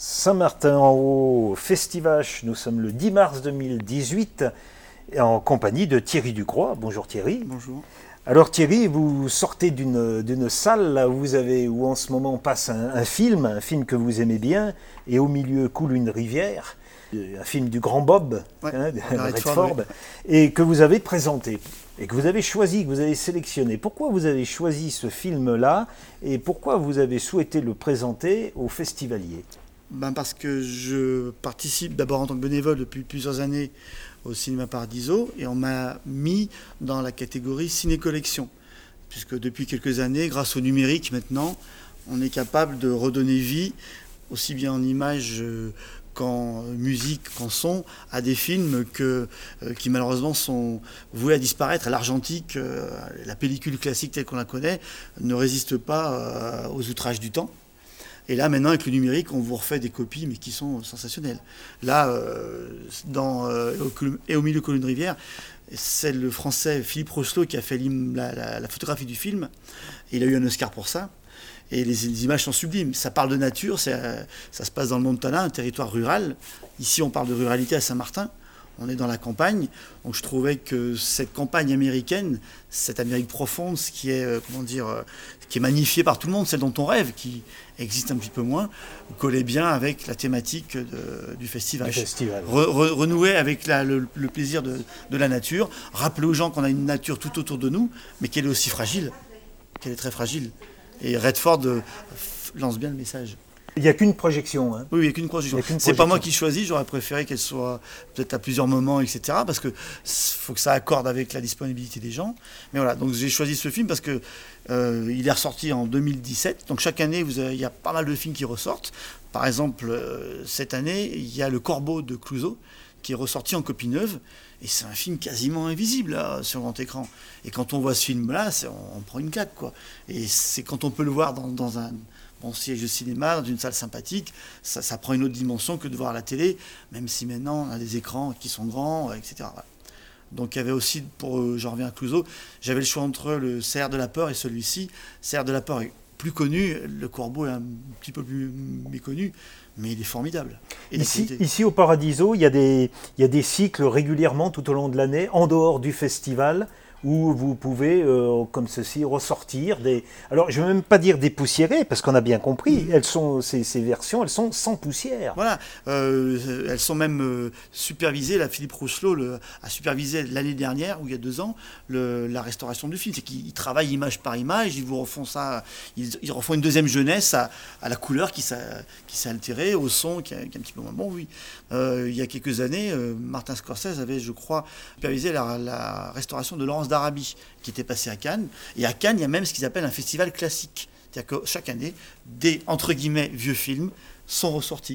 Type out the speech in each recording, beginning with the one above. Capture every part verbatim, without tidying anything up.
Saint-Martin-en-Haut, Festivache, nous sommes le dix mars deux mille dix-huit, en compagnie de Thierry Ducroix. Bonjour Thierry. Bonjour. Alors Thierry, vous sortez d'une, d'une salle là où, vous avez, où en ce moment passe un, un film, un film que vous aimez bien, et au milieu coule une rivière, un film du grand Bob, ouais, hein, de Redford, Redford, ouais. et que vous avez présenté, et que vous avez choisi, que vous avez sélectionné. Pourquoi vous avez choisi ce film-là, et pourquoi vous avez souhaité le présenter aux festivaliers ? Ben parce que je participe d'abord en tant que bénévole depuis plusieurs années au Cinéma Paradiso et on m'a mis dans la catégorie ciné-collection. Puisque depuis quelques années, grâce au numérique maintenant, on est capable de redonner vie, aussi bien en images qu'en musique, qu'en son, à des films que, euh, qui malheureusement sont voués à disparaître. L'argentique, euh, la pellicule classique telle qu'on la connaît, ne résiste pas euh, aux outrages du temps. Et là, maintenant, avec le numérique, on vous refait des copies, mais qui sont sensationnelles. Là, euh, dans, euh, et au milieu de Colline Rivière, c'est le Français Philippe Rocheteau qui a fait la, la, la photographie du film. Il a eu un Oscar pour ça. Et les, les images sont sublimes. Ça parle de nature, ça se passe dans le Montana, un territoire rural. Ici, on parle de ruralité à Saint-Martin. On est dans la campagne. Donc je trouvais que cette campagne américaine, cette Amérique profonde, ce qui est, euh, comment dire, euh, qui est magnifiée par tout le monde, celle dont on rêve, qui existe un petit peu moins, collait bien avec la thématique de, du festival. Du festival. Re, re, renouer avec la, le, le plaisir de, de la nature, rappeler aux gens qu'on a une nature tout autour de nous, mais qu'elle est aussi fragile, qu'elle est très fragile. Et Redford euh, lance bien le message. Il n'y a qu'une projection. Hein. Oui, il n'y a qu'une projection. qu'une C'est projection. pas moi qui choisis, j'aurais préféré qu'elle soit peut-être à plusieurs moments, et cetera. Parce qu'il faut que ça accorde avec la disponibilité des gens. Mais voilà, donc j'ai choisi ce film parce qu'il euh, est ressorti en deux mille dix-sept. Donc chaque année, vous avez, il y a pas mal de films qui ressortent. Par exemple, euh, cette année, il y a Le Corbeau de Clouzot qui est ressorti en copie neuve. Et c'est un film quasiment invisible là, sur grand écran. Et quand on voit ce film-là, c'est, on, on prend une claque, quoi. Et c'est quand on peut le voir dans, dans un bon siège de cinéma, dans une salle sympathique, ça, ça prend une autre dimension que de voir à la télé, même si maintenant on a des écrans qui sont grands, et cetera. Voilà. Donc il y avait aussi, pour, euh, j'en reviens à Clouzot, j'avais le choix entre le Cerf de la peur et celui-ci. Cerf de la peur est plus connu, Le Corbeau est un petit peu plus méconnu, mais il est formidable. Et ici, ici au Paradiso, il y a des, il y a des cycles régulièrement tout au long de l'année, en dehors du festival, où vous pouvez, euh, comme ceci, ressortir des... Alors, je ne vais même pas dire dépoussiérées, parce qu'on a bien compris, mmh. elles sont, ces, ces versions, elles sont sans poussière. Voilà, euh, elles sont même euh, supervisées, là, Philippe Rocheteau le, a supervisé l'année dernière, ou il y a deux ans, le, la restauration du film. C'est qu'ils travaillent image par image, ils vous refont ça, ils, ils refont une deuxième jeunesse à, à la couleur qui s'est, qui s'est altérée, au son qui est, qui est un petit peu moins bon, oui. Euh, il y a quelques années, euh, Martin Scorsese avait, je crois, supervisé la, la restauration de Laurence d'Arabie, qui était passé à Cannes. Et à Cannes, il y a même ce qu'ils appellent un festival classique. C'est-à-dire que chaque année, des, entre guillemets, vieux films sont ressortis.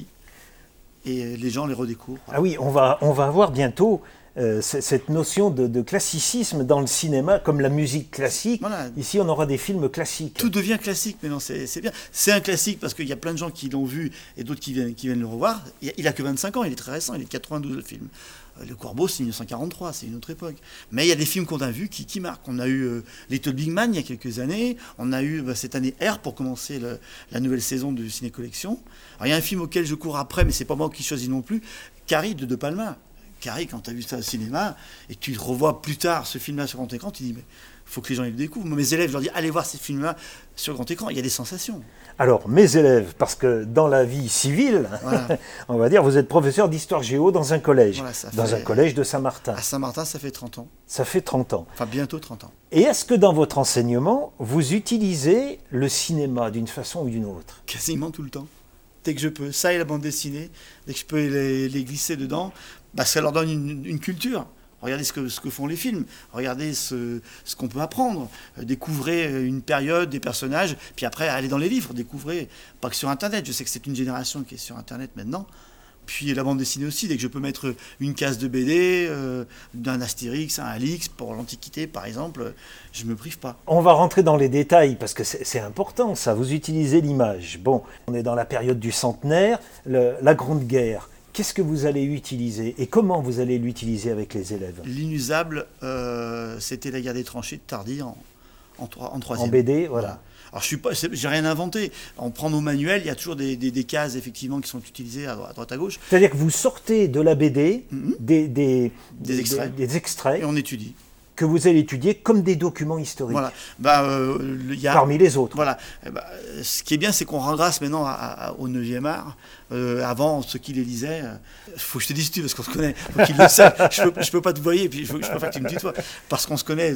Et les gens les redécouvrent. Ah oui, on va, on va avoir bientôt euh, c- cette notion de, de classicisme dans le cinéma, comme la musique classique. Voilà. Ici, on aura des films classiques. Tout devient classique, mais non, c'est, c'est bien. C'est un classique parce qu'il y a plein de gens qui l'ont vu et d'autres qui viennent, qui viennent le revoir. Il n'a que vingt-cinq ans, il est très récent, il est de quatre-vingt-douze le film. Le Corbeau, c'est mille neuf cent quarante-trois, c'est une autre époque. Mais il y a des films qu'on a vus qui, qui marquent. On a eu euh, Little Big Man il y a quelques années. On a eu bah, cette année R pour commencer le, la nouvelle saison de Ciné Collection. Alors il y a un film auquel je cours après, mais c'est pas moi qui choisis non plus. Carrie de De Palma. Carrie, quand tu as vu ça au cinéma et que tu revois plus tard ce film-là sur grand écran, tu dis mais il faut que les gens ils le découvrent. Moi, mes élèves, je leur dis allez voir ces films-là sur grand écran. Il y a des sensations. Alors, mes élèves, parce que dans la vie civile, voilà. on va dire, vous êtes professeur d'histoire géo dans un collège, voilà, dans fait, un collège de Saint-Martin. À Saint-Martin, ça fait trente ans. Ça fait trente ans. Enfin, bientôt trente ans. Et est-ce que dans votre enseignement, vous utilisez le cinéma d'une façon ou d'une autre ? Quasiment tout le temps. Dès que je peux. Ça et la bande dessinée, dès que je peux les, les glisser dedans, bah, ça leur donne une, une culture. Regardez ce que, ce que font les films, regardez ce, ce qu'on peut apprendre, euh, découvrez une période, des personnages, puis après allez dans les livres, découvrez, pas que sur Internet, je sais que c'est une génération qui est sur Internet maintenant, puis la bande dessinée aussi, dès que je peux mettre une case de B D, euh, d'un Astérix, un Alix, pour l'Antiquité par exemple, je ne me prive pas. On va rentrer dans les détails, parce que c'est, c'est important ça, vous utilisez l'image. Bon, on est dans la période du centenaire, le, la Grande Guerre. Qu'est-ce que vous allez utiliser et comment vous allez l'utiliser avec les élèves ? L'inusable, euh, c'était la guerre des tranchées de Tardy en, en, en troisième. En B D, voilà. voilà. Alors, je suis pas, c'est- j'ai rien inventé. On prend nos manuels, il y a toujours des, des, des cases, effectivement, qui sont utilisées à droite, à, droite, à gauche, C'est-à-dire que vous sortez de la B D Mhm. des, des, Des extraits. des- des extraits et on étudie. que vous allez étudier comme des documents historiques, Voilà. Bah, euh, le- il y a, parmi les autres. Voilà. Eh ben, euh, ce qui est bien, c'est qu'on rend grâce maintenant à- à- au neuvième art. Euh, avant, ceux qui les lisaient, il faut que je te dise tu, parce qu'on se connaît. Faut qu'ils le savent. Je peux, je peux pas te voyer, et puis je, veux- je préfère que tu me tutoies, parce qu'on se connaît.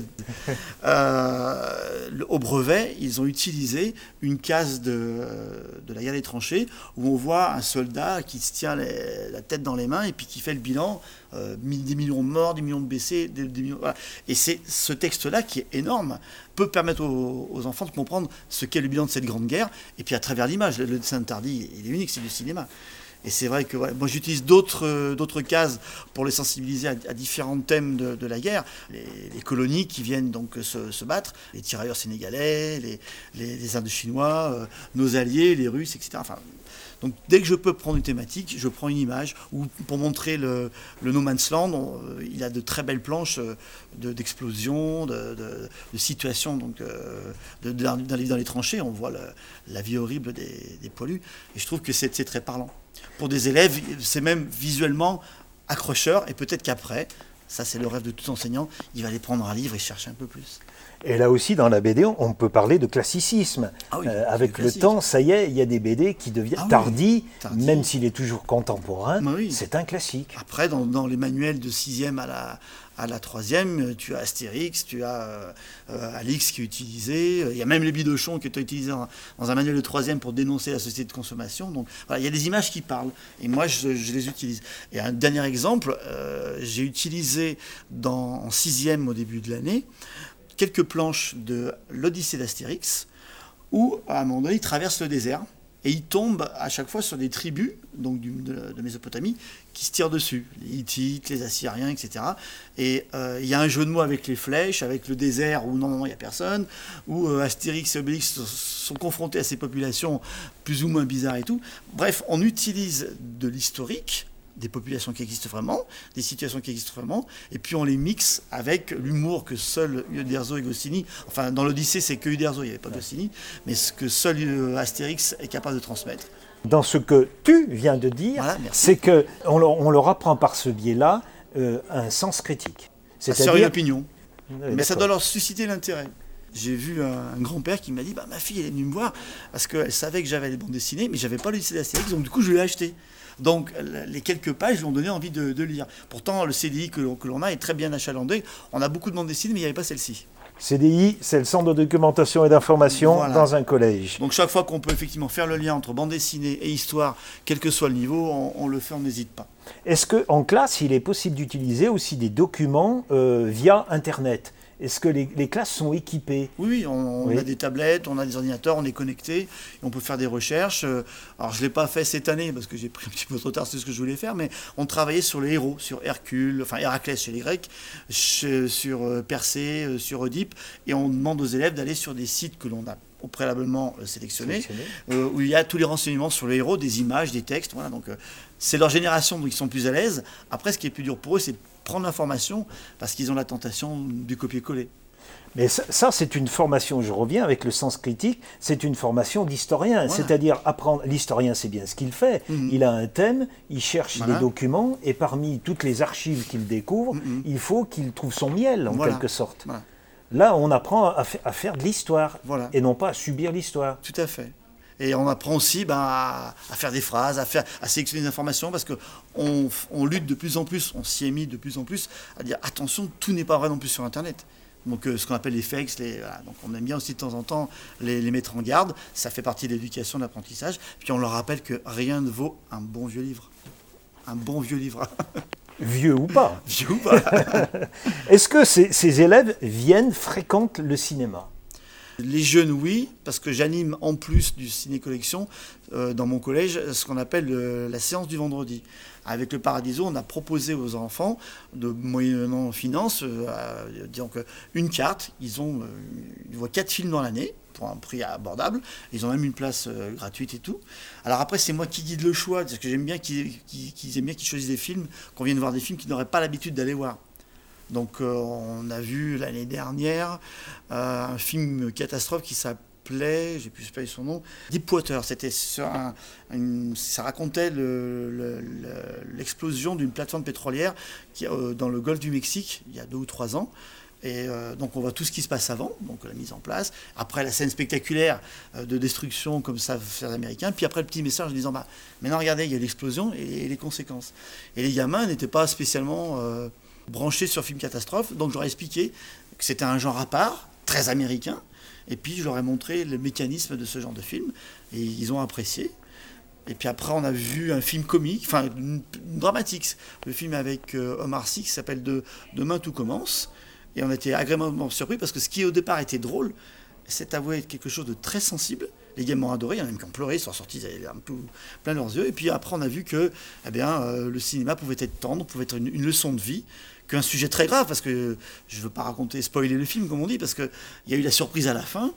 Euh, le- au brevet, ils ont utilisé une case de, de la guerre des tranchées, où on voit un soldat qui se tient les- la tête dans les mains, et puis qui fait le bilan, euh, mille- des millions de morts, des millions de blessés, des, des millions, voilà. Et c'est ce texte-là qui est énorme, peut permettre aux, aux enfants de comprendre ce qu'est le bilan de cette grande guerre, et puis à travers l'image. Le, le dessin de Tardy, il est unique, c'est du cinéma. Et c'est vrai que voilà, moi j'utilise d'autres euh, d'autres cases pour les sensibiliser à, à différents thèmes de, de la guerre. Les, les colonies qui viennent donc se, se battre, les tirailleurs sénégalais, les, les, les Indochinois, euh, nos alliés, les Russes, et cetera. Enfin, donc dès que je peux prendre une thématique, je prends une image. Ou pour montrer le, le No Man's Land, on, euh, il a de très belles planches euh, de- d'explosions, de, de, de situations donc, euh, de, de, dans, dans les tranchées. On voit le, la vie horrible des, des poilus. Et je trouve que c'est c'est très parlant. Pour des élèves, c'est même visuellement accrocheur. Et peut-être qu'après, ça c'est le rêve de tout enseignant, il va aller prendre un livre et chercher un peu plus. Et là aussi, dans la B D, on peut parler de classicisme. Ah oui, Euh, c'est avec le classique. temps, ça y est, il y a des B D qui deviennent Ah oui, Tardy, Tardy. même s'il est toujours contemporain, Bah oui. c'est un classique. Après, dans, dans les manuels de sixième à la, à la troisième, tu as Astérix, tu as euh, euh, Alix qui est utilisé, il y a même les Bidochon qui est utilisé dans, dans un manuel de troisième pour dénoncer la société de consommation. Donc voilà, il y a des images qui parlent, et moi je, je les utilise. Et un dernier exemple, euh, j'ai utilisé dans, en sixième au début de l'année, quelques planches de l'Odyssée d'Astérix, où à un moment donné, il traverse le désert, et il tombe à chaque fois sur des tribus donc du, de, de Mésopotamie qui se tirent dessus, les Hittites, les Assyriens, et cetera. Et euh, il y a un jeu de mots avec les flèches, avec le désert où normalement il n'y a personne, où euh, Astérix et Obélix sont, sont confrontés à ces populations plus ou moins bizarres et tout. Bref, on utilise de l'historique, des populations qui existent vraiment, des situations qui existent vraiment, et puis on les mixe avec l'humour que seul Uderzo et Goscinny, enfin dans l'Odyssée c'est que Uderzo, il n'y avait pas Goscinny, mais ce que seul euh, Astérix est capable de transmettre. Dans ce que tu viens de dire, Voilà, merci. c'est qu'on leur, on leur apprend par ce biais-là euh, un sens critique. Ça sert une opinion, Euh, mais ça d'accord. doit leur susciter l'intérêt. J'ai vu un, un grand-père qui m'a dit bah, ma fille elle est venue me voir parce qu'elle savait que j'avais les bandes dessinées, mais j'avais pas l'Odyssée d'Astérix, donc du coup je l'ai acheté. Donc les quelques pages lui ont donné envie de, de lire. Pourtant le C D I que l'on, que l'on a est très bien achalandé. On a beaucoup de bandes dessinées, mais il n'y avait pas celle-ci. C D I, c'est le centre de documentation et d'information Voilà. dans un collège. Donc chaque fois qu'on peut effectivement faire le lien entre bande dessinée et histoire, quel que soit le niveau, on, on le fait, on n'hésite pas. Est-ce qu'en classe, il est possible d'utiliser aussi des documents euh, via Internet ? Est-ce que les, les classes sont équipées ? Oui, oui, on, on Oui. a des tablettes, on a des ordinateurs, on est connecté, et on peut faire des recherches. Euh, Alors je ne l'ai pas fait cette année parce que j'ai pris un petit peu trop tard, c'est ce que je voulais faire, mais on travaillait sur les héros, sur Hercule, enfin Héraclès chez les Grecs, chez- sur euh, Persée, euh, sur Oedipe, et on demande aux élèves d'aller sur des sites que l'on a au préalablement euh, sélectionnés, Sélectionnés. euh, où il y a tous les renseignements sur le héros, des images, des textes, voilà, donc euh, c'est leur génération, donc ils sont plus à l'aise. Après, ce qui est plus dur pour eux, c'est de prendre l'information, parce qu'ils ont la tentation du copier-coller. Mais ça, ça, c'est une formation, je reviens avec le sens critique, c'est une formation d'historien. Voilà. C'est-à-dire apprendre. L'historien, c'est bien ce qu'il fait. Mhm. Il a un thème, il cherche Voilà. des documents, et parmi toutes les archives qu'il découvre, Mhm. il faut qu'il trouve son miel, en Voilà. quelque sorte. Voilà. Là, on apprend à, fa- à faire de l'histoire, Voilà. et non pas à subir l'histoire. Tout à fait. Et on apprend aussi ben, à, à faire des phrases, à, faire, à sélectionner des informations, parce qu'on on lutte de plus en plus, on s'y est mis de plus en plus, à dire attention, tout n'est pas vrai non plus sur Internet. Donc euh, ce qu'on appelle les fakes, les, voilà. Donc on aime bien aussi de temps en temps les, les mettre en garde, ça fait partie de l'éducation, de l'apprentissage, puis on leur rappelle que rien ne vaut un bon vieux livre. Un bon vieux livre. Vieux ou pas. Vieux ou pas. Est-ce que ces, ces élèves viennent, fréquentent le cinéma ? Les jeunes, oui, parce que j'anime en plus du ciné-collection euh, dans mon collège ce qu'on appelle euh, la séance du vendredi. Avec le Paradiso, on a proposé aux enfants, de moyennant finance, euh, euh, disons que une carte, ils, ont, euh, ils voient quatre films dans l'année, pour un prix abordable, ils ont même une place euh, gratuite et tout. Alors après, c'est moi qui guide le choix, parce que j'aime bien qu'ils, qu'ils, qu'ils aiment bien qu'ils choisissent des films, qu'on vienne voir des films qu'ils n'auraient pas l'habitude d'aller voir. Donc euh, on a vu l'année dernière euh, un film catastrophe qui s'appelait s'appelait, j'ai plus pas eu son nom, Deepwater. C'était sur un, une, ça racontait le, le, le, l'explosion d'une plateforme pétrolière qui, euh, dans le golfe du Mexique, il y a deux ou trois ans. Et euh, donc on voit tout ce qui se passe avant, donc la mise en place. Après la scène spectaculaire euh, de destruction comme ça faire les Américains. Puis après le petit message en disant bah, maintenant regardez, il y a l'explosion et, et les conséquences. Et les gamins n'étaient pas spécialement euh, branchés sur film catastrophe. Donc je leur ai expliqué que c'était un genre à part, très américain. Et puis je leur ai montré le mécanisme de ce genre de film. Et ils ont apprécié. Et puis après, on a vu un film comique, enfin une, une dramatique. Le film avec euh, Omar Sy qui s'appelle de, Demain tout commence. Et on a été agréablement surpris parce que ce qui au départ était drôle, c'est avoué être quelque chose de très sensible. Les gamins ont adoré, il y en a même qui ont pleuré, ils sont sortis, ils avaient les larmes tout plein leurs yeux. Et puis après, on a vu que eh bien, euh, le cinéma pouvait être tendre, pouvait être une, une leçon de vie, qu'un sujet très grave, parce que je ne veux pas raconter, spoiler le film, comme on dit, parce qu'il y a eu la surprise à la fin,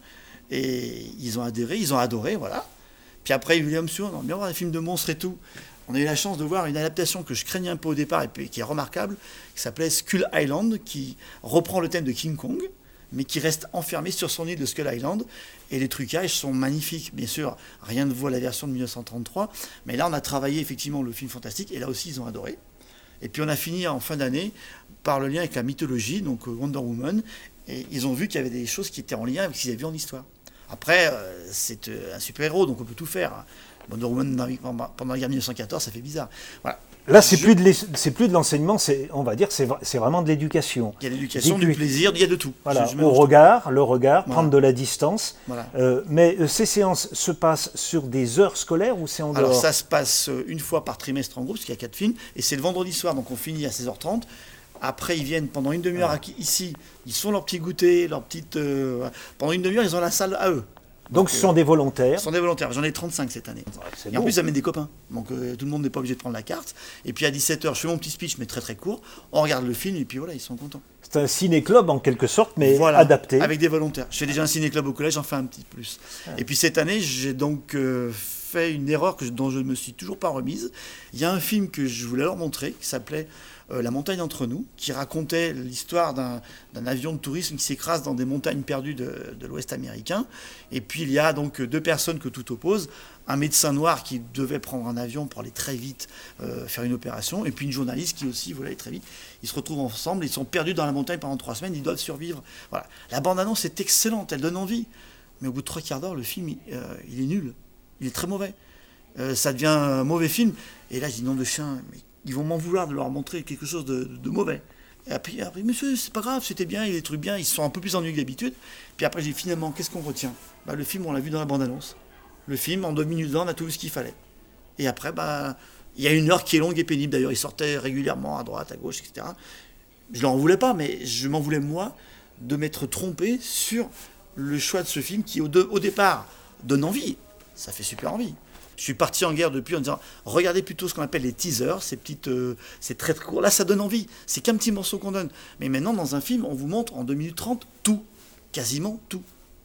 et ils ont adhéré, ils ont adoré, voilà. Puis après, William Sue, on a bien voir des films de monstres et tout. On a eu la chance de voir une adaptation que je craignais un peu au départ et puis qui est remarquable, qui s'appelait Skull Island, qui reprend le thème de King Kong, mais qui reste enfermé sur son île de Skull Island. Et les trucages sont magnifiques. Bien sûr, rien ne vaut la version de mille neuf cent trente-trois, mais là, on a travaillé effectivement le film fantastique, et là aussi, ils ont adoré. Et puis, on a fini en fin d'année par le lien avec la mythologie, donc Wonder Woman, et ils ont vu qu'il y avait des choses qui étaient en lien avec ce qu'ils avaient vu en histoire. Après, euh, c'est un super-héros, donc on peut tout faire. Wonder Woman pendant la guerre mille neuf cent quatorze, ça fait bizarre. Voilà. Là, c'est Je... plus de c'est plus de l'enseignement, c'est on va dire c'est c'est vraiment de l'éducation. Il y a l'éducation, du plaisir, il y a de tout. Voilà, je, je au regard, le regard, voilà. Prendre de la distance. Voilà. Euh, mais euh, ces séances se passent sur des heures scolaires ou c'est en dehors? Alors ça se passe une fois par trimestre en groupe, parce qu'il y a quatre films, et c'est le vendredi soir, donc on finit à seize heures trente. Après, ils viennent pendant une demi-heure ah. ici, ils font leur petit goûter, leur petite. Euh, pendant une demi-heure, ils ont la salle à eux. Donc, donc ce sont des volontaires. Ce sont des volontaires. J'en ai trente-cinq cette année. Ouais, et en plus, j'amène des copains. Donc euh, tout le monde n'est pas obligé de prendre la carte. Et puis à dix-sept heures, je fais mon petit speech, mais très très court. On regarde le film et puis voilà, ils sont contents. C'est un ciné-club en quelque sorte, mais voilà, adapté. Avec des volontaires. Je fais déjà un ciné-club au collège, j'en fais un petit plus. Ah. Et puis cette année, j'ai donc euh, fait une erreur que, dont je ne me suis toujours pas remise. Il y a un film que je voulais leur montrer qui s'appelait Euh, La montagne entre nous, qui racontait l'histoire d'un, d'un avion de tourisme qui s'écrase dans des montagnes perdues de, de l'Ouest américain. Et puis il y a donc deux personnes que tout oppose, un médecin noir qui devait prendre un avion pour aller très vite euh, faire une opération, et puis une journaliste qui aussi voulait aller très vite. Ils se retrouvent ensemble, ils sont perdus dans la montagne pendant trois semaines, ils doivent survivre. Voilà. La bande-annonce est excellente, elle donne envie. Mais au bout de trois quarts d'heure, le film, euh, il est nul, il est très mauvais. Euh, ça devient un mauvais film. Et là, je dis nom de chien, mais ils vont m'en vouloir de leur montrer quelque chose de, de, de mauvais. Et après, après, monsieur, c'est pas grave, c'était bien, il y a des trucs bien, ils se sont un peu plus ennuyés que d'habitude. Puis après, j'ai dit, finalement, qu'est-ce qu'on retient? Bah, le film, on l'a vu dans la bande-annonce. Le film, en deux minutes là, on a tout vu ce qu'il fallait. Et après, bah, il y a une heure qui est longue et pénible. D'ailleurs, il sortait régulièrement à droite, à gauche, et cetera. Je leur en voulais pas, mais je m'en voulais, moi, de m'être trompé sur le choix de ce film qui, au, de, au départ, donne envie. Ça fait super envie. Je suis parti en guerre depuis en disant regardez plutôt ce qu'on appelle les teasers, ces petites, euh, c'est très très court. Là, ça donne envie. C'est qu'un petit morceau qu'on donne. Mais maintenant, dans un film, on vous montre en deux minutes trente tout, quasiment tout.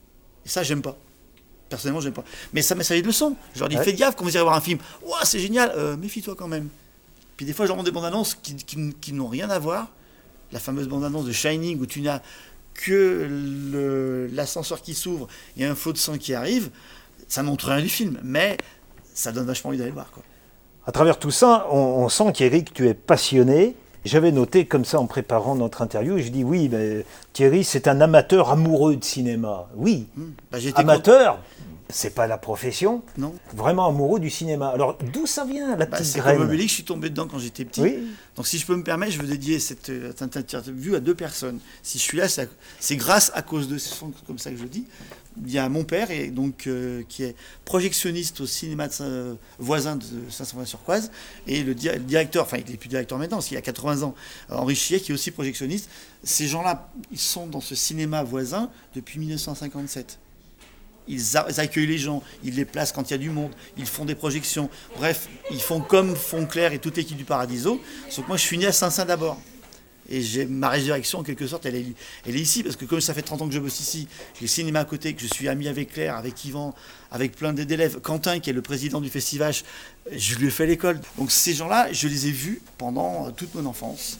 Et ça, j'aime pas. Personnellement, j'aime pas. Mais ça m'a servi de leçon. Je leur dis ouais. Faites gaffe quand vous irez voir un film. Ouah, c'est génial. Euh, méfie-toi quand même. Puis des fois, je leur montre des bandes annonces qui, qui, qui n'ont rien à voir. La fameuse bande annonce de Shining où tu n'as que le, l'ascenseur qui s'ouvre et un flot de sang qui arrive. Ça montre rien du film, mais ça donne vachement envie d'aller le voir, quoi. À travers tout ça, on, on sent qu'Éric, tu es passionné. J'avais noté comme ça en préparant notre interview, et je dis oui, mais Thierry, c'est un amateur amoureux de cinéma. Oui, mmh. bah, j'ai été amateur, con... c'est pas la profession. Non. Vraiment amoureux du cinéma. Alors d'où ça vient, la petite bah, c'est graine? C'est comme je suis tombé dedans quand j'étais petit. Oui. Donc si je peux me permettre, je veux dédier cette, cette interview à deux personnes. Si je suis là, c'est, à, c'est grâce à cause de ce sont comme ça que je le dis. Il y a mon père et donc, euh, qui est projectionniste au cinéma de, euh, voisin de Saint-Symphorien-sur-Coise, et le, di- le directeur, enfin il n'est plus directeur maintenant, parce qu'il a quatre-vingts ans, Henri Chier, qui est aussi projectionniste. Ces gens-là, ils sont dans ce cinéma voisin depuis mille neuf cent cinquante-sept. Ils, a- ils accueillent les gens, ils les placent quand il y a du monde, ils font des projections. Bref, ils font comme Fonclair et toute l'équipe du Paradiso, sauf que moi je suis né à Saint-Saint d'abord. Et j'ai, ma résurrection, en quelque sorte, elle est, elle est ici, parce que comme ça fait trente ans que je bosse ici, j'ai le cinéma à côté, que je suis ami avec Claire, avec Yvan, avec plein d'élèves. Quentin, qui est le président du Festivache, je lui ai fait l'école. Donc ces gens-là, je les ai vus pendant toute mon enfance.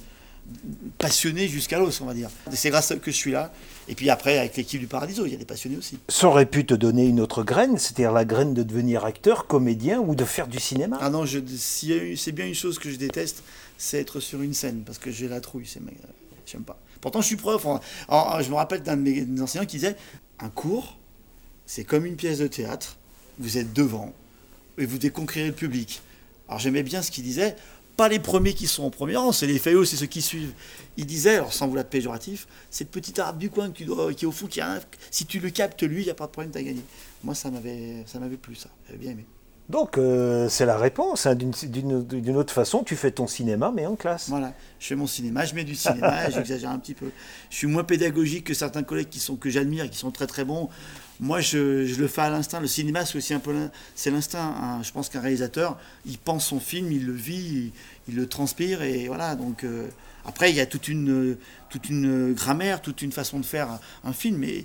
passionnés jusqu'à l'os, on va dire. Et c'est grâce à eux que je suis là. Et puis après, avec l'équipe du Paradiso, il y a des passionnés aussi. Ça aurait pu te donner une autre graine, c'est-à-dire la graine de devenir acteur, comédien ou de faire du cinéma. Ah non, je, si y a eu- c'est bien une chose que je déteste, c'est être sur une scène, parce que j'ai la trouille, c'est, j'aime pas. Pourtant, je suis prof. En- en- je me rappelle d'un de mes mes enseignants qui disait, un cours, c'est comme une pièce de théâtre, vous êtes devant, et vous déconquérez le public. Alors j'aimais bien ce qu'il disait, pas les premiers qui sont en premier rang, c'est les faillots, c'est ceux qui suivent. Il disait, alors sans vouloir être péjoratif, c'est le petit arabe du coin qui, doit, qui est au fond, qui a un- si tu le captes lui, il n'y a pas de problème, t'as gagné. Moi ça m'avait, ça m'avait plu, ça, j'avais bien aimé. Donc euh, c'est la réponse, hein. D'une, d'une- d'une autre façon, tu fais ton cinéma mais en classe. Voilà, je fais mon cinéma, je mets du cinéma, j'exagère un petit peu. Je suis moins pédagogique que certains collègues qui sont, que j'admire et qui sont très très bons. Moi, je, je le fais à l'instinct. Le cinéma, c'est aussi un peu l'in- c'est l'instinct. Hein. Je pense qu'un réalisateur, il pense son film, il le vit, il, il le transpire et voilà. Donc euh, après, il y a toute une toute une grammaire, toute une façon de faire un film, mais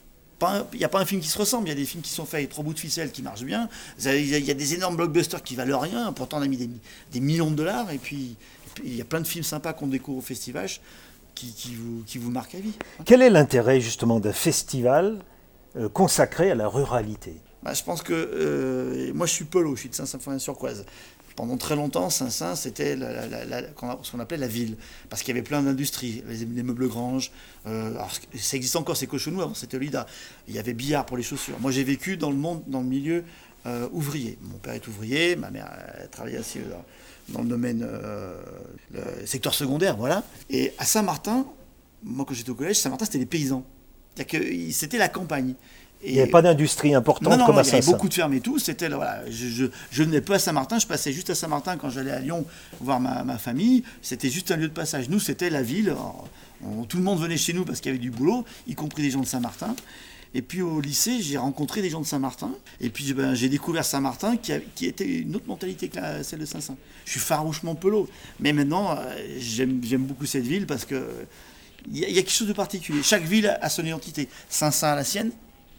pas un- il n'y a pas un film qui se ressemble. Il y a des films qui sont faits avec trois bouts de ficelle qui marchent bien. Il y a, il y a des énormes blockbusters qui valent rien. Pourtant, on a mis des, des millions de dollars. Et puis, et puis, il y a plein de films sympas qu'on découvre au festival qui, qui, vous, qui vous marquent à vie. Quel est l'intérêt justement d'un festival euh, consacré à la ruralité? Bah, je pense que euh, moi je suis Pelot, je suis de Saint-Symphorien-sur-Coise. Pendant très longtemps, Saint-Saint, c'était la- la- la- la- ce qu'on appelait la ville, parce qu'il y avait plein d'industries, les, les meubles granges. Euh, alors, ça existe encore, c'est Cochonou, avant c'était Lida. Il y avait billard pour les chaussures. Moi j'ai vécu dans le monde, dans le milieu euh, ouvrier. Mon père est ouvrier, ma mère elle travaillait aussi dans, dans le domaine, euh, le secteur secondaire, voilà. Et à Saint-Martin, moi quand j'étais au collège, Saint-Martin c'était les paysans. C'est-à-dire que c'était la campagne. Et Il n'y avait pas d'industrie importante non, non, comme non, à il y avait Saint-Saint. beaucoup de fermes et tout. C'était, voilà, je, je, je venais pas à Saint-Martin, je passais juste à Saint-Martin quand j'allais à Lyon voir ma, ma famille. C'était juste un lieu de passage. Nous, c'était la ville. Alors, on- tout le monde venait chez nous parce qu'il y avait du boulot, y compris des gens de Saint-Martin. Et puis au lycée, j'ai rencontré des gens de Saint-Martin. Et puis ben, j'ai découvert Saint-Martin qui, a- qui était une autre mentalité que la- celle de Saint-Saint. Je suis farouchement Pelot. Mais maintenant, euh, j'aime, j'aime beaucoup cette ville parce que il y, a- il y a quelque chose de particulier. Chaque ville a son identité. Saint-Saint a la sienne.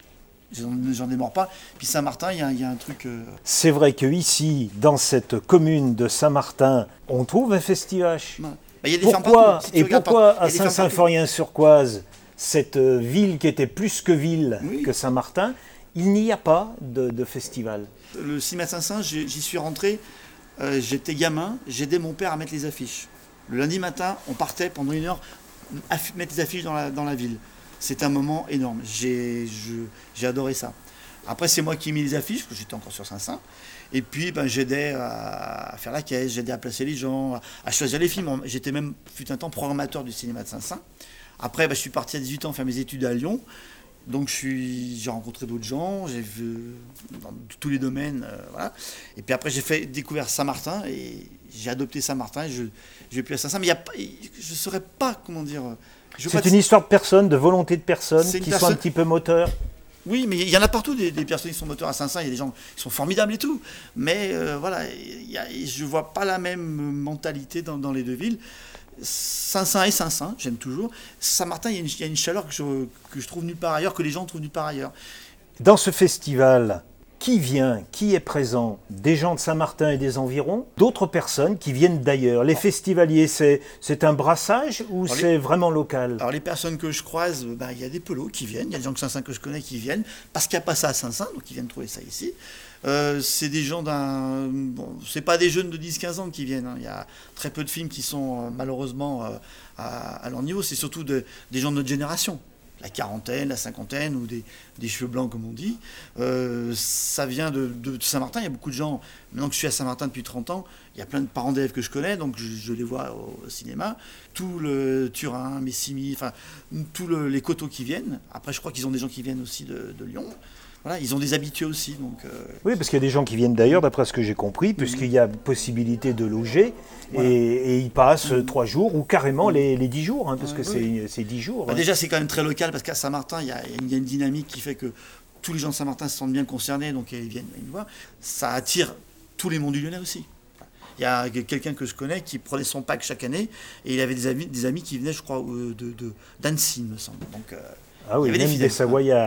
J'en, j'en démords pas. Puis Saint-Martin, il y, a- il y a un truc. euh, C'est vrai qu'ici, dans cette commune de Saint-Martin, on trouve un festivache. voilà. Bah, il y a des fermes Pourquoi, partout. Si tu et regardes pourquoi par- il y à a des fermes partout. Saint-Symphorien-sur-Coise, cette euh, ville qui était plus que ville Oui. que Saint-Martin, il n'y a pas de, de festival? Le cinéma de Saint-Saint, j'y j'y suis rentré. euh, j'étais gamin, j'aidais mon père à mettre les affiches. Le lundi matin, on partait pendant une heure affi- mettre les affiches dans la, dans la ville. C'était un moment énorme. J'ai je- j'ai adoré ça. Après, c'est moi qui ai mis les affiches, parce que j'étais encore sur Saint-Saint. Et puis, ben, j'aidais à, à faire la caisse, j'aidais à placer les gens, à, à choisir les films. J'étais même, fut un temps, programmateur du cinéma de Saint-Saint. Après, ben, je suis parti à dix-huit ans faire mes études à Lyon. Donc, je suis- j'ai rencontré d'autres gens, j'ai vu dans tous les domaines. euh, voilà. Et puis après, j'ai fait découvert Saint-Martin et j'ai adopté Saint-Martin. Et je je vais plus à Saint-Saint. Mais il y a pas- je ne saurais pas comment dire. je veux C'est pas une histoire de personnes, de volonté de personnes C'est une qui sont personne- un petit peu moteurs. Oui, mais il y en a partout des, des personnes qui sont moteurs à Saint-Saint. Il y a des gens qui sont formidables et tout. Mais euh, voilà, il y a- je ne vois pas la même mentalité dans, dans les deux villes. Saint-Saint et Saint-Saint, j'aime toujours. Saint-Martin, il y a une, il y a une chaleur que je, que je trouve nulle part ailleurs, que les gens trouvent nulle part ailleurs. Dans ce festival, qui vient, qui est présent? Des gens de Saint-Martin et des environs, d'autres personnes qui viennent d'ailleurs. Les festivaliers, c'est, c'est un brassage ou Alors, les- c'est vraiment local? Alors les personnes que je croise, ben, il y a des pelots qui viennent, il y a des gens de Saint-Saint que je connais qui viennent, parce qu'il n'y a pas ça à Saint-Saint, donc ils viennent trouver ça ici. Euh, c'est des gens d'un... Bon, c'est pas des jeunes de dix quinze ans qui viennent, hein. Il y a très peu de films qui sont euh, malheureusement euh, à, à leur niveau, c'est surtout de- des gens de notre génération. La quarantaine, la cinquantaine, ou des, des cheveux blancs comme on dit. Euh, ça vient de, de Saint-Martin, il y a beaucoup de gens, maintenant que je suis à Saint-Martin depuis trente ans, il y a plein de parents d'élèves que je connais, donc je, je les vois au, au cinéma. Tout le Turin, Messimy, enfin, tous le- les coteaux qui viennent. Après, je crois qu'ils ont des gens qui viennent aussi de, de Lyon. Voilà, ils ont des habitués aussi, donc... euh, Oui, parce qu'il y a des gens qui viennent d'ailleurs, d'après ce que j'ai compris, puisqu'il y a possibilité de loger, Voilà. et, et ils passent euh, trois jours, ou carrément les, les dix jours, hein, parce Ouais, que oui. c'est, c'est dix jours. Bah, hein. déjà, c'est quand même très local parce qu'à Saint-Martin, il y, a il y a une dynamique qui fait que tous les gens de Saint-Martin se sentent bien concernés, donc ils viennent ils voir. Ça attire tous les mondes du Lyonnais aussi. Il y a quelqu'un que je connais qui prenait son pack chaque année et il avait des amis, des amis qui venaient, je crois, euh, de, de, d'Annecy, il me semble. Donc, euh, Ah oui, il y avait des même des fidèles. Savoyards.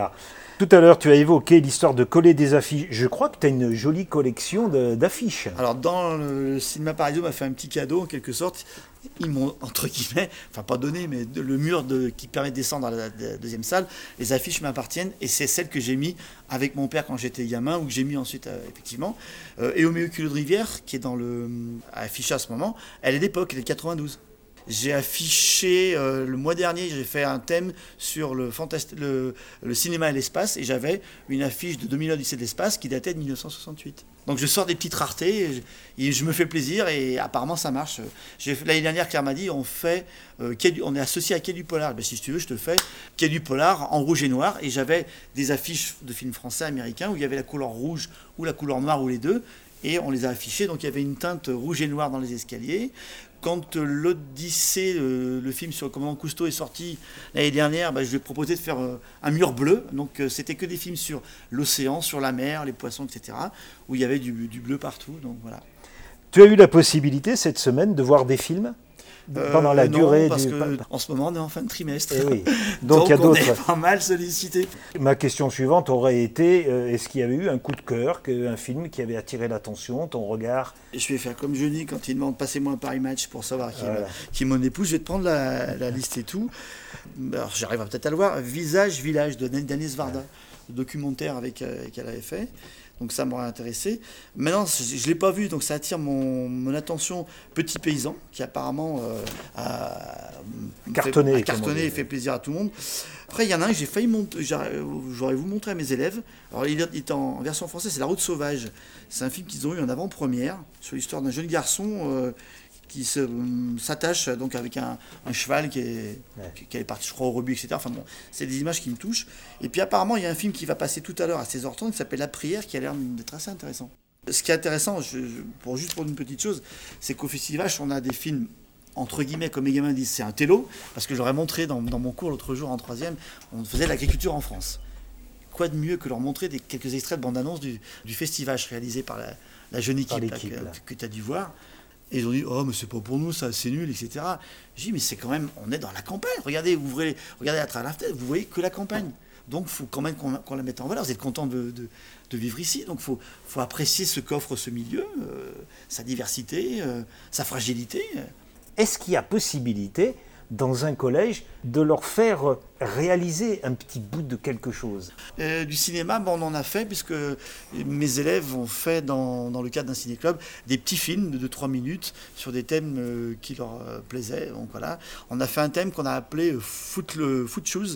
Tout à l'heure, tu as évoqué l'histoire de coller des affiches. Je crois que tu as une jolie collection de, d'affiches. Alors, dans le, le cinéma Paradiso m'a fait un petit cadeau, en quelque sorte. Ils m'ont, entre guillemets, enfin pas donné, mais de, le mur de, qui permet de descendre à la, la deuxième salle, les affiches m'appartiennent et c'est celles que j'ai mis avec mon père quand j'étais gamin ou que j'ai mis ensuite, euh, effectivement. Euh, et Homéo Culot de Rivière, qui est dans le, affiché à ce moment, elle est d'époque, elle est de quatre-vingt-douze. J'ai affiché, euh, le mois dernier, j'ai fait un thème sur le, fantast- le, le cinéma et l'espace et j'avais une affiche de deux mille Odyssée de l'espace qui datait de mille neuf cent soixante-huit. Donc je sors des petites raretés et je, et je me fais plaisir et apparemment ça marche. J'ai, l'année dernière, Claire m'a dit on, fait, euh, quai du, on est associé à Quai du Polar. Ben, si tu veux, je te fais Quai du Polar en rouge et noir. Et j'avais des affiches de films français, américains où il y avait la couleur rouge ou la couleur noire ou les deux. Et on les a affichés. Donc il y avait une teinte rouge et noire dans les escaliers. Quand l'Odyssée, le, le film sur le commandant Cousteau est sorti l'année dernière, bah, je lui ai proposé de faire euh, un mur bleu. Donc euh, c'était que des films sur l'océan, sur la mer, les poissons, et cetera, où il y avait du, du bleu partout. Donc voilà. Tu as eu la possibilité cette semaine de voir des films pendant euh, la non, durée parce du... que en ce moment on est en fin de trimestre. Eh oui. Donc, Donc, il y a on d'autres. est pas mal sollicité. Ma question suivante aurait été, euh, est-ce qu'il y avait eu un coup de cœur, un film qui avait attiré l'attention, ton regard? Je vais faire comme Johnny quand il demande passez-moi un Paris Match pour savoir qui, Voilà. est, qui est mon épouse. Je vais te prendre la, la liste et tout. Alors j'arriverai peut-être à le voir. Visage Village de d'Agnès Varda, le documentaire avec, euh, qu'elle avait fait. Donc ça m'aurait intéressé. Maintenant, je ne l'ai pas vu, donc ça attire mon, mon attention. Petit Paysan, qui apparemment euh, a Cartonné, fait, a cartonné et fait plaisir à tout le monde. Après, il y en a un que j'ai failli monter, j'aurais voulu montrer à mes élèves. Alors, il est en version française, c'est La Route Sauvage. C'est un film qu'ils ont eu en avant-première sur l'histoire d'un jeune garçon euh, qui se, euh, s'attache donc avec un, un cheval qui est, ouais. qui est parti, je crois, au rebut, et cetera. Enfin bon, c'est des images qui me touchent. Et puis apparemment, il y a un film qui va passer tout à l'heure à seize heures trente qui s'appelle La Prière, qui a l'air d'être assez intéressant. Ce qui est intéressant, je, je, pour, juste pour une petite chose, c'est qu'au Festival, on a des films entre guillemets, comme mes gamins disent, c'est un télo, parce que je leur ai montré dans, dans mon cours l'autre jour en troisième, on faisait de l'agriculture en France. Quoi de mieux que leur montrer des, quelques extraits de bande-annonce du, du festival réalisé par la, la jeune équipe là, que, que tu as dû voir. Et ils ont dit, oh, mais c'est pas pour nous, ça, c'est nul, et cetera. J'ai dit, mais c'est quand même, on est dans la campagne. Regardez, ouvrez, regardez à travers la fenêtre, vous voyez que la campagne. Donc, il faut quand même qu'on, qu'on la mette en valeur. Vous êtes content de, de, de vivre ici, donc il faut, faut apprécier ce qu'offre ce milieu, euh, sa diversité, euh, sa fragilité. Est-ce qu'il y a possibilité, dans un collège, de leur faire réaliser un petit bout de quelque chose? euh, Du cinéma, bon, on en a fait, puisque mes élèves ont fait, dans, dans le cadre d'un ciné-club, des petits films de trois minutes sur des thèmes euh, qui leur euh, plaisaient. Donc voilà, on a fait un thème qu'on a appelé Foot, le, Foot Shoes,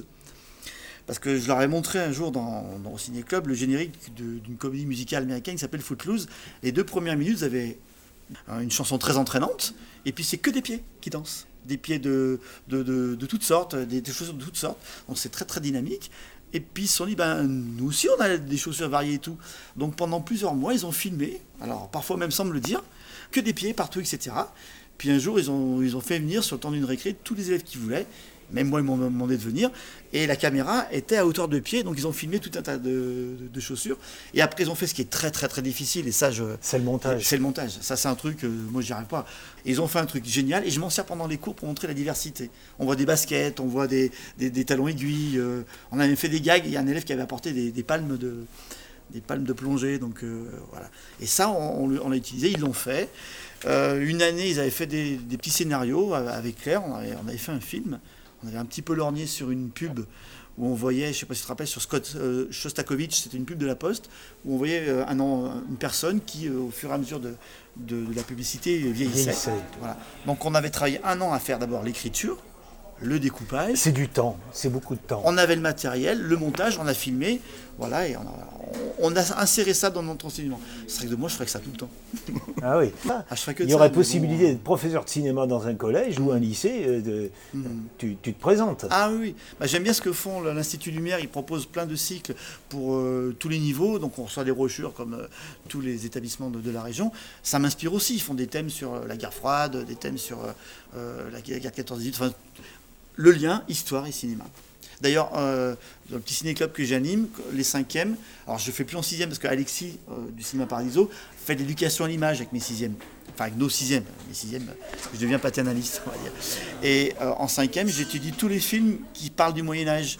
parce que je leur ai montré un jour dans, dans le ciné-club le générique de, d'une comédie musicale américaine qui s'appelle Footloose. Les deux premières minutes, vous avez une chanson très entraînante, et puis c'est que des pieds qui dansent, des pieds de, de, de, de toutes sortes, des, des chaussures de toutes sortes, donc c'est très très dynamique. Et puis ils se sont dit, ben, nous aussi on a des chaussures variées et tout. Donc pendant plusieurs mois, ils ont filmé, alors parfois même sans me le dire, que des pieds partout, et cetera. Puis un jour, ils ont, ils ont fait venir sur le temps d'une récré tous les élèves qui voulaient. Même moi, ils m'ont demandé de venir. Et la caméra était à hauteur de pied, donc ils ont filmé tout un tas de, de, de chaussures. Et après, ils ont fait ce qui est très, très, très difficile. Et ça, je, c'est le montage. C'est le montage. Ça, c'est un truc, euh, moi, j'y arrive pas. Et ils ont fait un truc génial. Et je m'en sers pendant les cours pour montrer la diversité. On voit des baskets, on voit des, des, des talons aiguilles. Euh, on a même fait des gags. Il y a un élève qui avait apporté des, des palmes de... des palmes de plongée, donc euh, voilà. Et ça, on, on, on l'a utilisé, ils l'ont fait. Euh, une année, ils avaient fait des, des petits scénarios avec Claire, on avait, on avait fait un film. On avait un petit peu lorgné sur une pub où on voyait, je ne sais pas si tu te rappelles, sur Scott euh, Shostakovich, c'était une pub de la Poste, où on voyait euh, un, une personne qui, euh, au fur et à mesure de, de, de la publicité, vieillissait. vieillissait. Voilà. Donc on avait travaillé un an à faire d'abord l'écriture, le découpage. C'est du temps, c'est beaucoup de temps. On avait le matériel, le montage, on a filmé, voilà, et on a, on a inséré ça dans notre enseignement. Ce serait que de moi, je ferais que ça tout le temps. Ah oui. Ah, je ferais que Il y ça, aurait possibilité bon... d'être professeur de cinéma dans un collège ou un lycée, euh, de, mm. tu, tu te présentes. Ah oui, bah, j'aime bien ce que font l'Institut Lumière, ils proposent plein de cycles pour euh, tous les niveaux, donc on reçoit des brochures comme euh, tous les établissements de, de la région. Ça m'inspire aussi, ils font des thèmes sur euh, la guerre froide, des thèmes sur euh, la guerre quatorze dix-huit, enfin, le lien histoire et cinéma. D'ailleurs, euh, dans le petit ciné-club que j'anime, les cinquièmes, alors je ne fais plus en sixième parce qu'Alexis euh, du Cinéma Paradiso fait de l'éducation à l'image avec mes sixièmes, enfin avec nos sixièmes, mes sixièmes, je deviens paternaliste, on va dire. Et euh, en cinquième, j'étudie tous les films qui parlent du Moyen-Âge.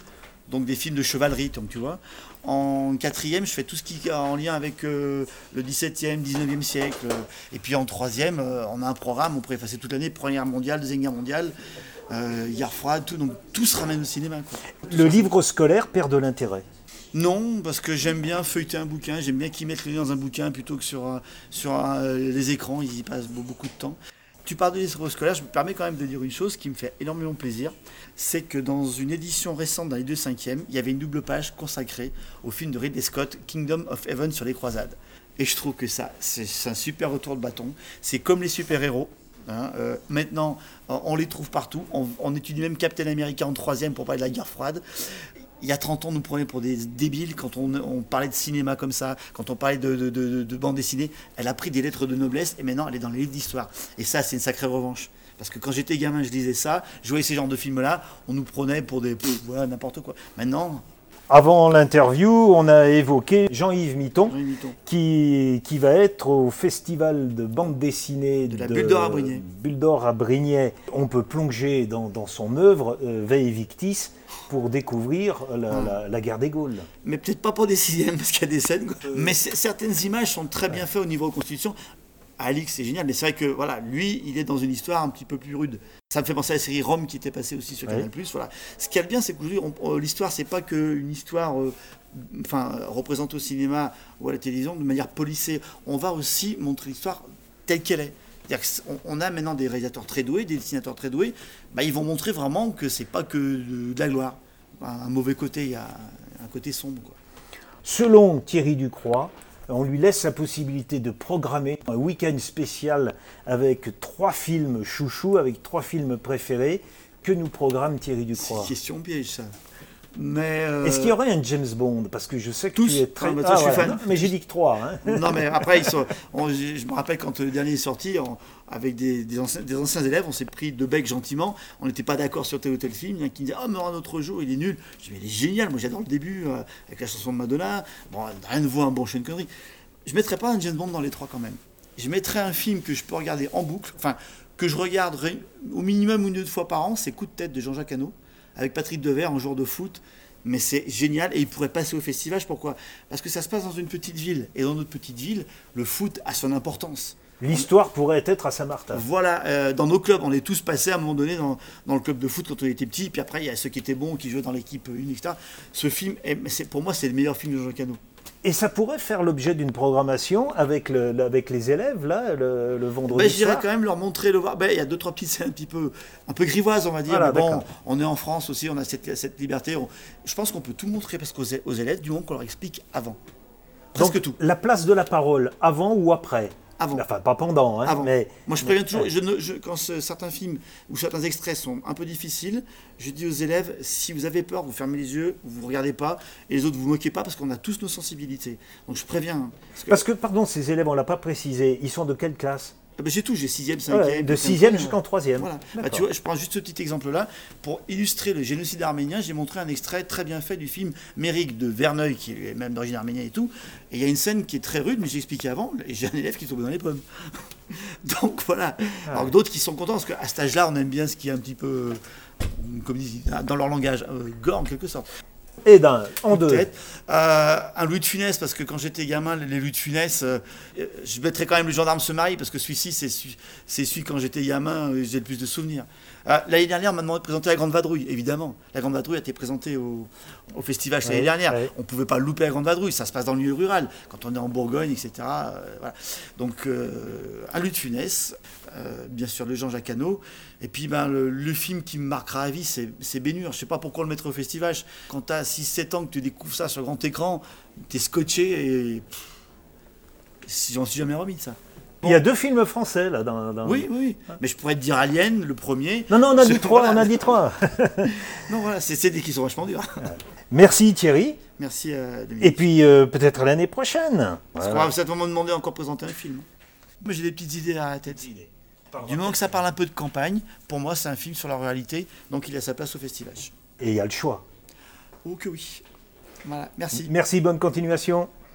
donc des films de chevalerie, donc tu vois. En quatrième, je fais tout ce qui est en lien avec euh, le dix-septième, dix-neuvième siècle. Et puis en troisième, euh, on a un programme, on pourrait effacer toute l'année, Première Guerre mondiale, Deuxième Guerre mondiale, euh, guerre froide, tout. Donc tout se ramène au cinéma, quoi. Le livre scolaire perd de l'intérêt. Non, parce que j'aime bien feuilleter un bouquin, j'aime bien qu'ils mettent le nez dans un bouquin plutôt que sur, euh, sur euh, les écrans, ils y passent beaucoup de temps. Tu parles de livre scolaire, je me permets quand même de dire une chose qui me fait énormément plaisir, c'est que dans une édition récente dans les deux cinquièmes, il y avait une double page consacrée au film de Ridley Scott, Kingdom of Heaven sur les croisades. Et je trouve que ça, c'est un super retour de bâton. C'est comme les super-héros. Hein, euh, maintenant, on les trouve partout. On, on étudie même Captain America en troisième pour parler de la guerre froide. Il y a trente ans, on nous prenait pour des débiles quand on, on parlait de cinéma comme ça, quand on parlait de, de, de, de bande dessinée. Elle a pris des lettres de noblesse et maintenant elle est dans les livres d'histoire. Et ça, c'est une sacrée revanche. Parce que quand j'étais gamin, je lisais ça, je voyais ces genres de films-là, on nous prenait pour des... Pff, voilà, n'importe quoi. Maintenant... Avant l'interview, on a évoqué Jean-Yves Mitton, Jean-Yves Mitton. Qui, qui va être au festival de bande dessinée de la Bulle d'Or à Brignais. Bulle d'Or à Brignais. On peut plonger dans, dans son œuvre, euh, Veille Victis, pour découvrir la, ah. la, la guerre des Gaules. Mais peut-être pas pour des sixièmes, parce qu'il y a des scènes. Euh... Mais certaines images sont très bien faites au niveau de reconstitution. Alix, c'est génial, mais c'est vrai que voilà, lui, il est dans une histoire un petit peu plus rude. Ça me fait penser à la série Rome qui était passée aussi sur Canal+. Ouais. Voilà. Ce qui est bien, c'est que l'histoire, c'est pas qu'une histoire euh, enfin, représentée au cinéma ou à la télévision de manière policée. On va aussi montrer l'histoire telle qu'elle est. C'est-à-dire qu'on a maintenant des réalisateurs très doués, des dessinateurs très doués. Bah, ils vont montrer vraiment que c'est pas que de, de la gloire. Un mauvais côté, il y a un côté sombre, quoi. Selon Thierry Ducroix, on lui laisse la possibilité de programmer un week-end spécial avec trois films chouchous, avec trois films préférés. Que nous programme Thierry Ducroix? C'est une question piège, ça. Mais euh... Est-ce qu'il y aurait un James Bond? Parce que je sais que tous. tu es très... Ah, bah, ah, je suis voilà. fan. Mais j'ai dit que trois. Hein. Non, mais après, ils sont... on, je me rappelle quand le dernier est sorti, on... avec des, des, anciens, des anciens élèves, on s'est pris de bec gentiment. On n'était pas d'accord sur tel ou tel film. Il y en a qui me disaient « Oh, mais un autre jour, il est nul. » Je dis « Mais il est génial. Moi, j'adore le début, euh, avec la chanson de Madonna. Bon, rien ne vaut un bon Sean Connery. » Je ne mettrais pas un James Bond dans les trois quand même. Je mettrais un film que je peux regarder en boucle, enfin, que je regarde au minimum une ou deux fois par an, c'est Coup de tête de Jean-Jacques Hano, avec Patrick Devers en jour de foot. Mais c'est génial et il pourrait passer au festival. Pourquoi? Parce que ça se passe dans une petite ville. Et dans notre petite ville, le foot a son importance. L'histoire pourrait être à Saint-Martin. Voilà, euh, dans nos clubs, on est tous passés à un moment donné dans, dans le club de foot quand on était petit. Puis après, il y a ceux qui étaient bons, qui jouaient dans l'équipe une, et cetera. Ce film, est, pour moi, c'est le meilleur film de Jean-Jacques Hano. Et ça pourrait faire l'objet d'une programmation avec, le, avec les élèves, là, le, le vendredi ben, je dirais soir. quand même leur montrer, le voir. Ben, il y a deux, trois petites scènes un petit peu, un peu grivoises, on va dire. Voilà, mais bon, on est en France aussi, on a cette, cette liberté. On, je pense qu'on peut tout montrer parce qu'aux aux élèves, du moment qu'on leur explique avant. Presque Donc, tout. La place de la parole, avant ou après? Avant. Enfin, pas pendant, hein, Avant. mais... Moi, je préviens toujours, je ne, je, quand ce, certains films ou certains extraits sont un peu difficiles, je dis aux élèves, si vous avez peur, vous fermez les yeux, vous ne regardez pas, et les autres, vous ne vous moquez pas, parce qu'on a tous nos sensibilités. Donc, je préviens. Parce que, parce que pardon, ces élèves, on ne l'a pas précisé, ils sont de quelle classe? Ah ben j'ai tout, j'ai sixième, cinquième. Ouais, de sixième jusqu'en troisième. Voilà. Bah, tu vois, je prends juste ce petit exemple-là. Pour illustrer le génocide arménien, j'ai montré un extrait très bien fait du film Méric de Verneuil, qui est même d'origine arménienne et tout. Et il y a une scène qui est très rude, mais j'ai expliqué avant, et j'ai un élève qui tombe dans les pommes. Donc voilà. Ah. Alors d'autres qui sont contents, parce qu'à cet âge-là, on aime bien ce qui est un petit peu, comme ils disent, dans leur langage, euh, gore en quelque sorte. Et d'un, en deux. Euh, un Louis de Funès, parce que quand j'étais gamin, les Louis de Funès, euh, je mettrais quand même Le Gendarme se marie, parce que celui-ci, c'est celui, c'est celui quand j'étais gamin, euh, j'ai le plus de souvenirs. Euh, l'année dernière, on m'a demandé de présenter La Grande Vadrouille, évidemment. La Grande Vadrouille a été présentée au, au festival ouais, l'année dernière. Ouais. On ne pouvait pas louper La Grande Vadrouille, ça se passe dans le milieu rural, quand on est en Bourgogne, et cetera. Euh, voilà. Donc, euh, un Louis de Funès, euh, bien sûr, le Jean-Jacques Hano. Et puis, ben, le, le film qui me marquera à vie, c'est Bénure. Je ne sais pas pourquoi le mettre au festival. Quand tu as six sept ans que tu découvres ça sur grand écran, tu es scotché et pff, j'en suis jamais remis de ça. Bon. Il y a deux films français là dans. dans... Oui, oui, oui. Mais je pourrais te dire Alien, le premier. Non, non, on a dit trois, voilà. on a dit trois. Non, voilà, c'est des qui sont vachement durs. Merci Thierry. Merci. Euh, et puis euh, peut-être l'année prochaine. Parce voilà. qu'on va certainement me demander encore présenter un film. Moi j'ai des petites idées à la tête. Idées. Du moment que ça parle un peu de campagne, pour moi c'est un film sur la ruralité, donc il a sa place au festival. Et il y a le choix. Oh que oui. Voilà, merci. Merci, bonne continuation.